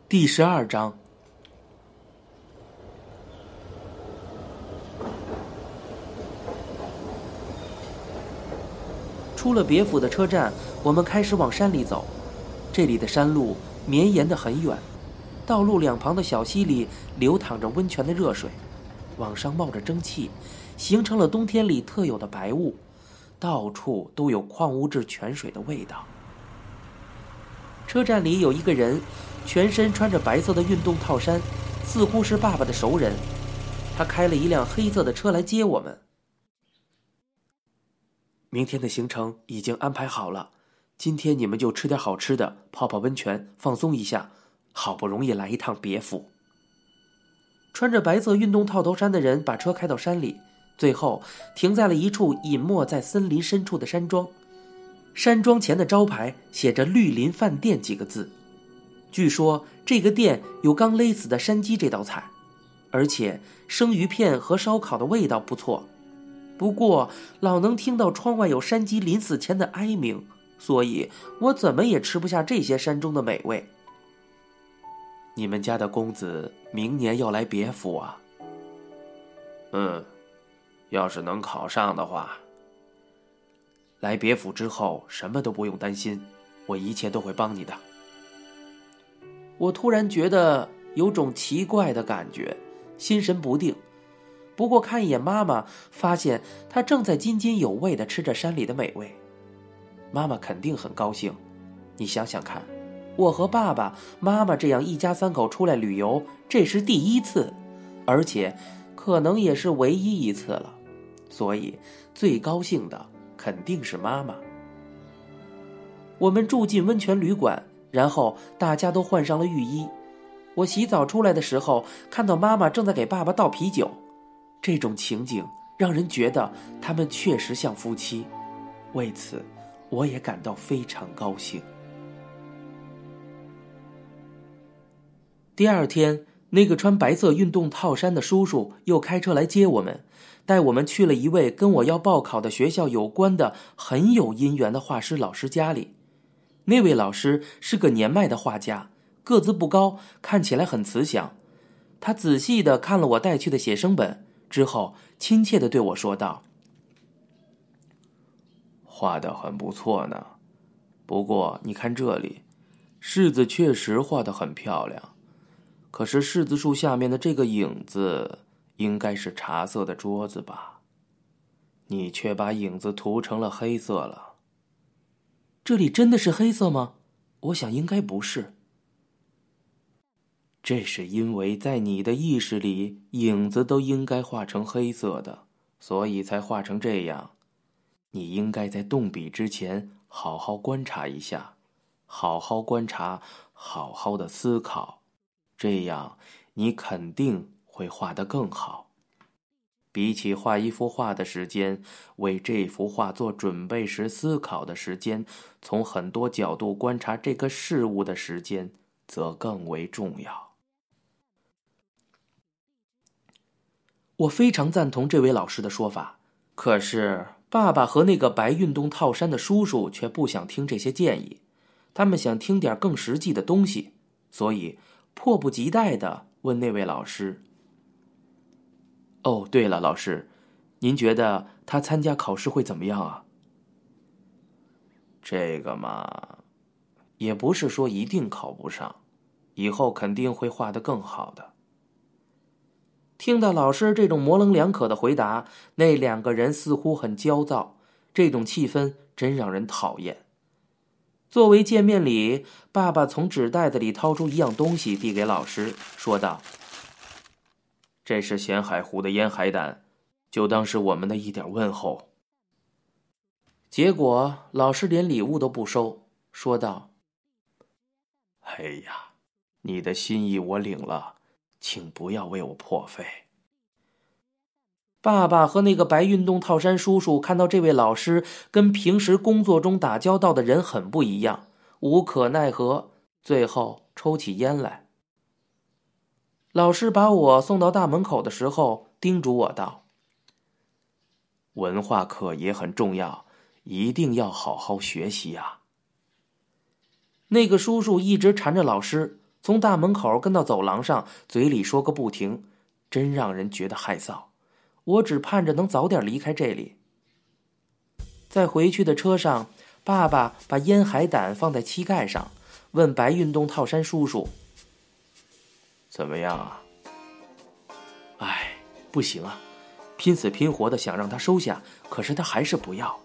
第12章。出了别府的车站，我们开始往山里走。这里的山路绵延得很远，道路两旁的小溪里流淌着温泉的热水，往上冒着蒸汽，形成了冬天里特有的白雾，到处都有矿物质泉水的味道。车站里有一个人，全身穿着白色的运动套衫，似乎是爸爸的熟人。他开了一辆黑色的车来接我们。明天的行程已经安排好了，今天你们就吃点好吃的，泡泡温泉，放松一下。好不容易来一趟别府。穿着白色运动套头衫的人把车开到山里，最后停在了一处隐没在森林深处的山庄。山庄前的招牌写着绿林饭店几个字。据说这个店有刚勒死的山鸡这道菜，而且生鱼片和烧烤的味道不错。不过老能听到窗外有山鸡临死前的哀鸣，所以我怎么也吃不下这些山中的美味。你们家的公子明年要来别府啊？ 要是能考上的话。 来别府之后什么都不用担心，我一切都会帮你的。我突然觉得有种奇怪的感觉，心神不定。不过看一眼妈妈，发现她正在津津有味地吃着山里的美味。妈妈肯定很高兴。你想想看，我和爸爸妈妈这样一家三口出来旅游，这是第一次，而且可能也是唯一一次了，所以最高兴的肯定是妈妈。我们住进温泉旅馆，然后大家都换上了浴衣。我洗澡出来的时候，看到妈妈正在给爸爸倒啤酒，这种情景让人觉得他们确实像夫妻，为此我也感到非常高兴。第二天，那个穿白色运动套衫的叔叔又开车来接我们，带我们去了一位跟我要报考的学校有关的很有姻缘的画师老师家里。那位老师是个年迈的画家，个子不高，看起来很慈祥。他仔细地看了我带去的写生本之后，亲切地对我说道： 画得很不错呢，不过你看这里，柿子确实画得很漂亮，可是柿子树下面的这个影子应该是茶色的桌子吧？你却把影子涂成了黑色了。 这里真的是黑色吗？我想应该不是。 这是因为在你的意识里，影子都应该画成黑色的，所以才画成这样。你应该在动笔之前好好观察一下，好好观察，好好的思考，这样你肯定会画得更好。比起画一幅画的时间，为这幅画做准备时思考的时间，从很多角度观察这个事物的时间，则更为重要。 我非常赞同这位老师的说法，可是爸爸和那个白运动套衫的叔叔却不想听这些建议，他们想听点更实际的东西，所以迫不及待地问那位老师：哦，对了，老师，您觉得他参加考试会怎么样啊？ 这个嘛，也不是说一定考不上，以后肯定会画得更好的。 听到老师这种模棱两可的回答，那两个人似乎很焦躁，这种气氛真让人讨厌。作为见面礼，爸爸从纸袋子里掏出一样东西递给老师，说道： 这是咸海湖的腌海胆，就当是我们的一点问候。 结果老师连礼物都不收，说道： 哎呀，你的心意我领了，请不要为我破费。 爸爸和那个白运动套衫叔叔看到这位老师跟平时工作中打交道的人很不一样，无可奈何，最后抽起烟来。老师把我送到大门口的时候，叮嘱我道： 文化课也很重要，一定要好好学习啊。 那个叔叔一直缠着老师， 从大门口跟到走廊上，嘴里说个不停，真让人觉得害臊。我只盼着能早点离开这里。在回去的车上，爸爸把腌海胆放在膝盖上，问白运动套衫叔叔：“ 怎么样啊？”“ 哎，不行啊，拼死拼活的想让他收下，可是他还是不要。”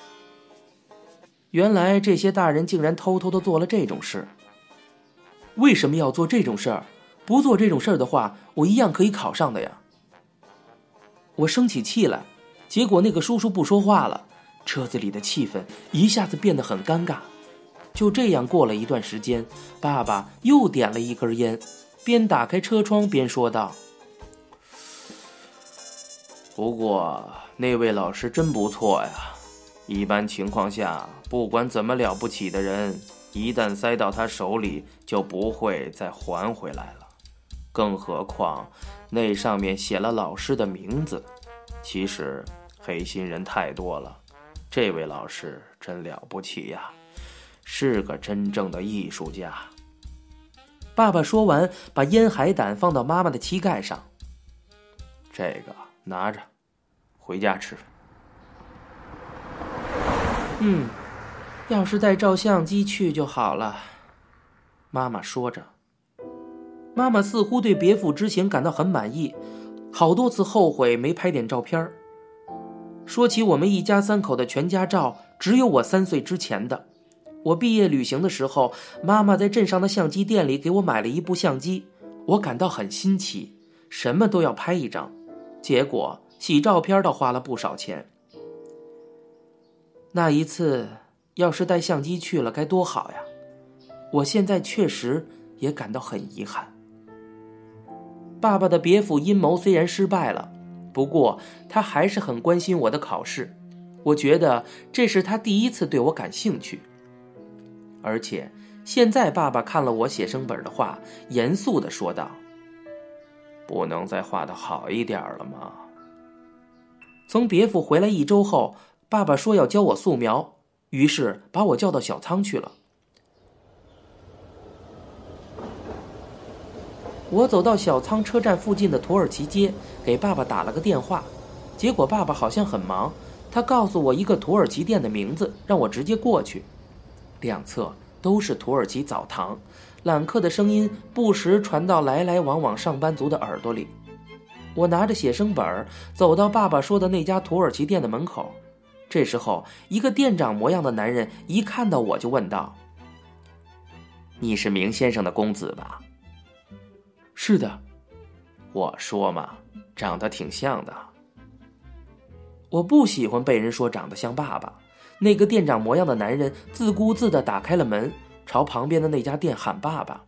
原来这些大人竟然偷偷的做了这种事。为什么要做这种事儿？不做这种事儿的话，我一样可以考上的呀。我生起气来，结果那个叔叔不说话了，车子里的气氛一下子变得很尴尬。就这样过了一段时间，爸爸又点了一根烟，边打开车窗边说道：“ 不过那位老师真不错呀，一般情况下，不管怎么了不起的人，一旦塞到他手里就不会再还回来了。更何况那上面写了老师的名字。其实黑心人太多了，这位老师真了不起呀，是个真正的艺术家。” 爸爸说完，把腌海胆放到妈妈的膝盖上。 “这个拿着，回家吃。”“ 要是带照相机去就好了。”妈妈说着。妈妈似乎对别府之前感到很满意，好多次后悔没拍点照片。说起我们一家三口的全家照，只有我3岁之前的。我毕业旅行的时候，妈妈在镇上的相机店里给我买了一部相机，我感到很新奇，什么都要拍一张，结果洗照片倒花了不少钱。那一次要是带相机去了该多好呀！我现在确实也感到很遗憾。爸爸的别府阴谋虽然失败了，不过他还是很关心我的考试，我觉得这是他第一次对我感兴趣。而且现在爸爸看了我写生本的画，严肃地说道：“ 不能再画得好一点了吗？” 从别府回来1周后，爸爸说要教我素描，于是把我叫到小仓去了。我走到小仓车站附近的土耳其街，给爸爸打了个电话，结果爸爸好像很忙，他告诉我一个土耳其店的名字，让我直接过去。两侧都是土耳其澡堂，揽客的声音不时传到来来往往上班族的耳朵里。我拿着写生本走到爸爸说的那家土耳其店的门口，这时候一个店长模样的男人一看到我就问道：“你是明先生的公子吧？”“是的。”“ 我说嘛，长得挺像的。” 我不喜欢被人说长得像爸爸。那个店长模样的男人自顾自地打开了门，朝旁边的那家店喊爸爸。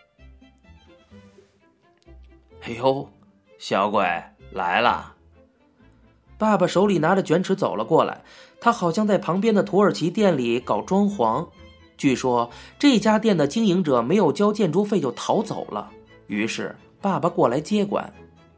“哎呦，小鬼来了！” 爸爸手里拿着卷尺走了过来，他好像在旁边的土耳其店里搞装潢。据说这家店的经营者没有交建筑费就逃走了，于是爸爸过来接管。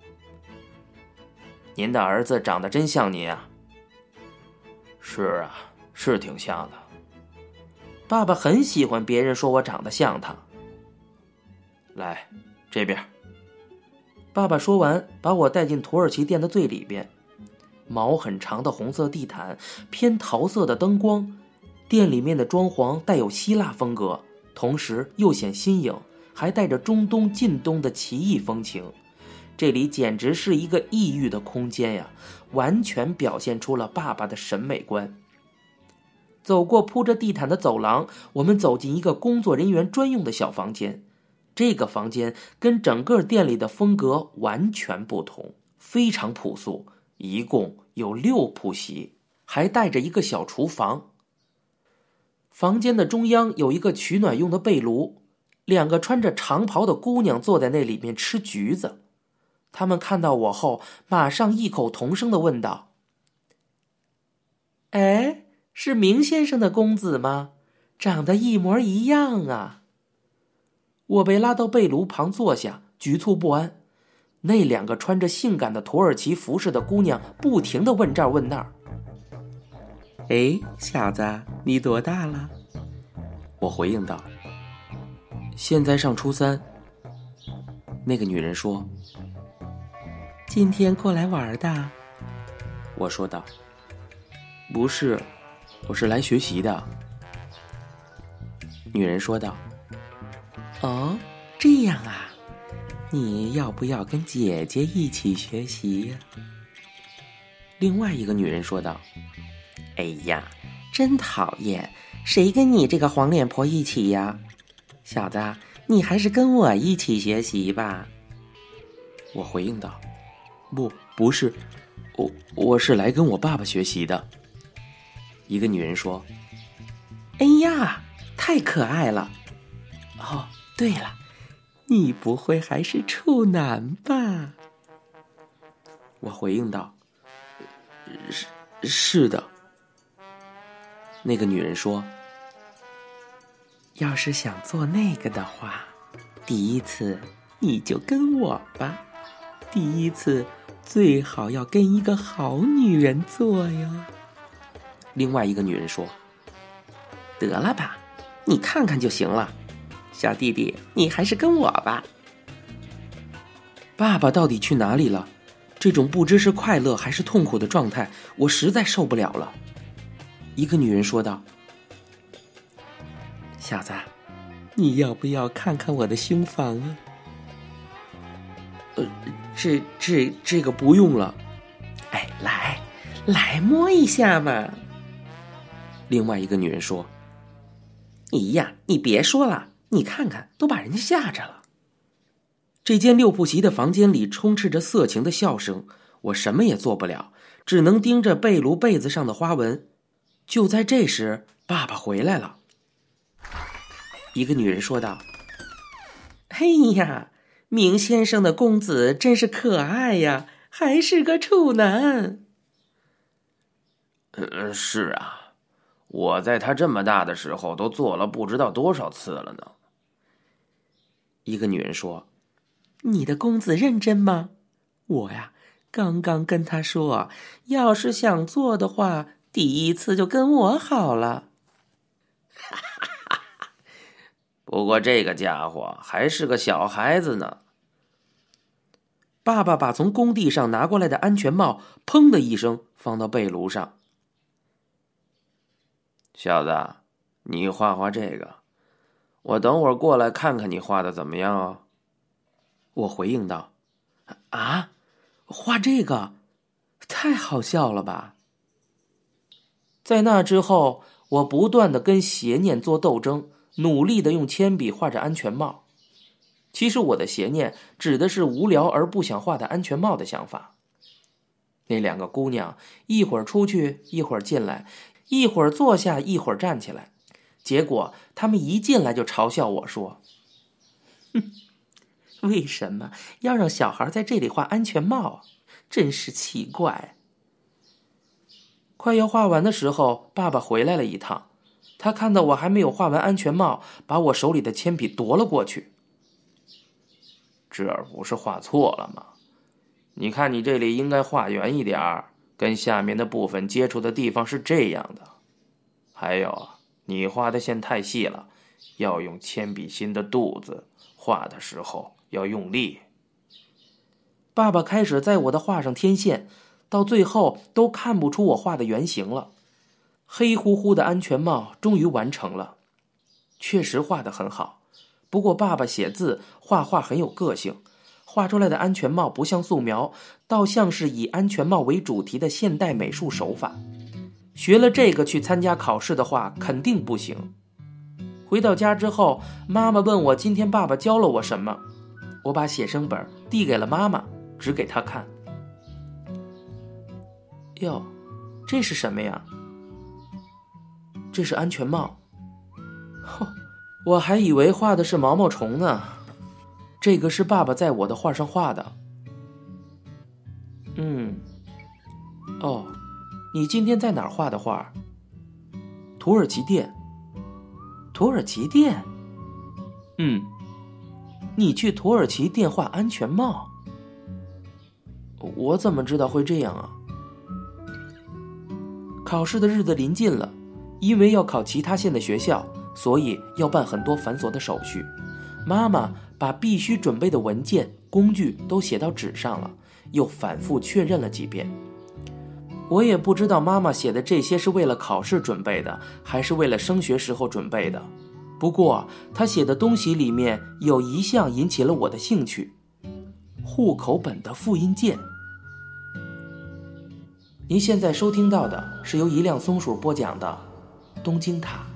“您的儿子长得真像您啊。”“是啊，是挺像的。” 爸爸很喜欢别人说我长得像他。 “来，这边。” 爸爸说完，把我带进土耳其店的最里边。毛很长的红色地毯，偏桃色的灯光，店里面的装潢带有希腊风格，同时又显新颖，还带着中东近东的奇异风情。这里简直是一个异域的空间呀，完全表现出了爸爸的审美观。走过铺着地毯的走廊，我们走进一个工作人员专用的小房间。这个房间跟整个店里的风格完全不同，非常朴素，一共有6铺席，还带着一个小厨房。房间的中央有一个取暖用的被炉，2个穿着长袍的姑娘坐在那里面吃橘子。他们看到我后，马上异口同声地问道：“哎，是明先生的公子吗？长得一模一样啊！”我被拉到被炉旁坐下，局促不安。那2个穿着性感的土耳其服饰的姑娘不停地问这儿问那儿。“哎，小子，你多大了？”我回应道：“ 现在上初三。那个女人说：今天过来玩的。我说道：不是，我是来学习的。女人说道：哦，这样啊，你要不要跟姐姐一起学习呀？另外一个女人说道：哎呀，真讨厌，谁跟你这个黄脸婆一起呀？小子，你还是跟我一起学习吧。我回应道：不是，我是来跟我爸爸学习的。一个女人说：哎呀，太可爱了。哦，对了，你不会还是处男吧？我回应道：是的。那个女人说：要是想做那个的话，第一次你就跟我吧。第一次最好要跟一个好女人做哟。另外一个女人说：得了吧，你看看就行了。小弟弟，你还是跟我吧。爸爸到底去哪里了？这种不知是快乐还是痛苦的状态，我实在受不了了。一个女人说道：小子，你要不要看看我的胸房啊？这个不用了。哎，来摸一下嘛。另外一个女人说：咦呀，你别说了，你看看，都把人家吓着了。这间六铺席的房间里充斥着色情的笑声，我什么也做不了，只能盯着被炉被子上的花纹。就在这时，爸爸回来了。一个女人说道：嘿呀，明先生的公子真是可爱呀，还是个处男。 是啊，我在他这么大的时候都做了不知道多少次了呢。 一个女人说：你的公子认真吗？我呀，刚刚跟他说，要是想做的话，第一次就跟我好了。 不过这个家伙还是个小孩子呢。 爸爸把从工地上拿过来的安全帽砰的一声放到被炉上。 小子，你画画这个，我等会儿过来看看你画的怎么样哦。 我回应道：啊，画这个太好笑了吧。在那之后，我不断地跟邪念做斗争，努力地用铅笔画着安全帽。其实我的邪念指的是无聊而不想画的安全帽的想法。那两个姑娘一会儿出去，一会儿进来，一会儿坐下，一会儿站起来，结果她们一进来就嘲笑我说：哼，为什么要让小孩在这里画安全帽？真是奇怪。快要画完的时候，爸爸回来了一趟，他看到我还没有画完安全帽，把我手里的铅笔夺了过去。 这不是画错了吗？你看你这里应该画圆一点，跟下面的部分接触的地方是这样的。还有，你画的线太细了，要用铅笔芯的肚子，画的时候要用力。 爸爸开始在我的画上添线，到最后都看不出我画的原型了。黑乎乎的安全帽终于完成了，确实画得很好。不过爸爸写字画画很有个性，画出来的安全帽不像素描，倒像是以安全帽为主题的现代美术手法。学了这个去参加考试的话，肯定不行。回到家之后，妈妈问我今天爸爸教了我什么，我把写生本递给了妈妈，指给她看。哟，这是什么呀？这是安全帽。我还以为画的是毛毛虫呢。这个是爸爸在我的画上画的。哦，你今天在哪儿画的画？土耳其店。土耳其店？你去土耳其店画安全帽？我怎么知道会这样啊？考试的日子临近了，因为要考其他县的学校，所以要办很多繁琐的手续。 妈妈把必须准备的文件、工具都写到纸上了，又反复确认了几遍。我也不知道妈妈写的这些是为了考试准备的，还是为了升学时候准备的。不过她写的东西里面有一项引起了我的兴趣，户口本的复印件。您现在收听到的是由一辆松鼠播讲的《东京塔》。